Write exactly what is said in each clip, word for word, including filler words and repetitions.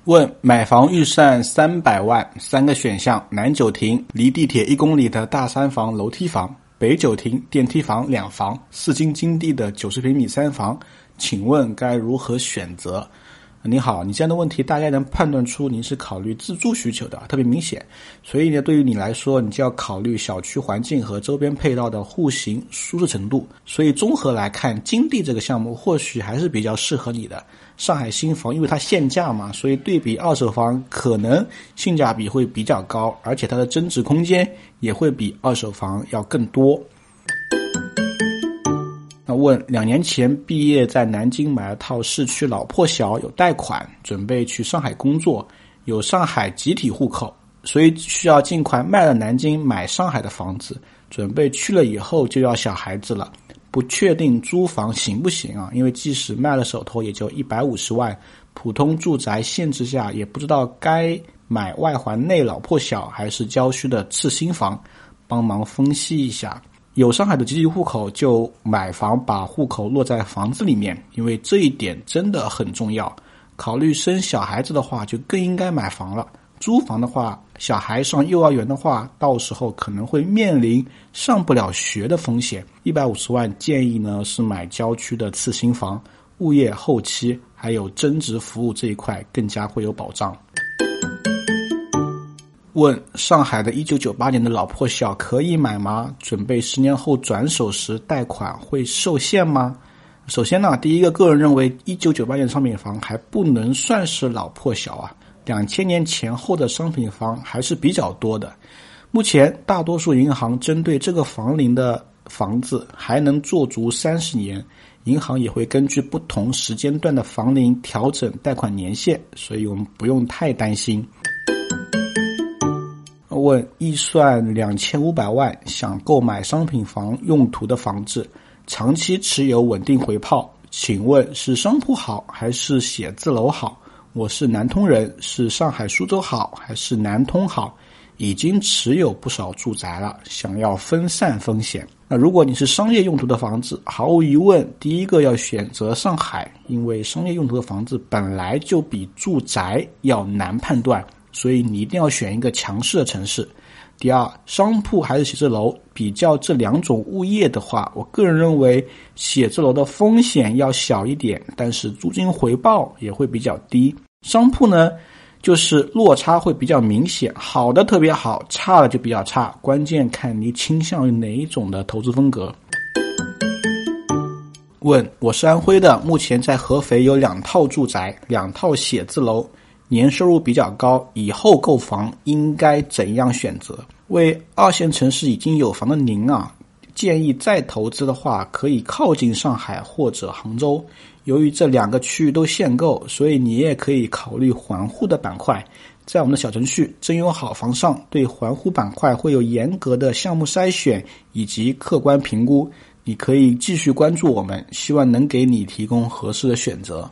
问买房预算三百万，三个选项：南九亭离地铁一公里的大三房楼梯房，北九亭电梯房两房，四金金地的九十平米三房，请问该如何选择？你好，你这样的问题大概能判断出您是考虑自住需求的，特别明显。所以呢，对于你来说，你就要考虑小区环境和周边配套的户型舒适程度。所以综合来看，金地这个项目或许还是比较适合你的。上海新房因为它限价嘛，所以对比二手房可能性价比会比较高，而且它的增值空间也会比二手房要更多。那问，两年前毕业在南京买了套市区老破小，有贷款，准备去上海工作，有上海集体户口，所以需要尽快卖了南京买上海的房子，准备去了以后就要小孩子了，不确定租房行不行啊？因为即使卖了手头也就一百五十万，普通住宅限制下也不知道该买外环内老破小还是郊区的次新房，帮忙分析一下。有上海的集体户口就买房把户口落在房子里面，因为这一点真的很重要。考虑生小孩子的话就更应该买房了。租房的话，小孩上幼儿园的话，到时候可能会面临上不了学的风险。一百五十万建议呢是买郊区的次新房，物业后期还有增值服务这一块更加会有保障。问，上海的一九九八年的老破小可以买吗？准备十年后转手时贷款会受限吗？首先呢，第一个，个人认为一九九八年的商品房还不能算是老破小啊，两千年前后的商品房还是比较多的。目前大多数银行针对这个房龄的房子还能做足三十年，银行也会根据不同时间段的房龄调整贷款年限，所以我们不用太担心。问，预算两千五百万，想购买商品房用途的房子，长期持有稳定回报，请问是商铺好还是写字楼好？我是南通人，是上海苏州好还是南通好？已经持有不少住宅了，想要分散风险。那如果你是商业用途的房子，毫无疑问第一个要选择上海，因为商业用途的房子本来就比住宅要难判断，所以你一定要选一个强势的城市。第二，商铺还是写字楼，比较这两种物业的话，我个人认为写字楼的风险要小一点，但是租金回报也会比较低。商铺呢，就是落差会比较明显，好的特别好，差的就比较差，关键看你倾向于哪一种的投资风格。问，我是安徽的，目前在合肥有两套住宅，两套写字楼，年收入比较高，以后购房应该怎样选择？为二线城市已经有房的您啊，建议再投资的话可以靠近上海或者杭州，由于这两个区域都限购，所以你也可以考虑环沪的板块。在我们的小程序真有好房上，对环沪板块会有严格的项目筛选以及客观评估，你可以继续关注我们，希望能给你提供合适的选择。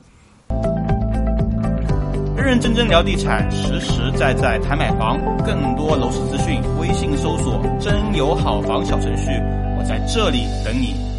认认真真聊地产，实实在在谈买房。更多楼市资讯，微信搜索真有好房小程序，我在这里等你。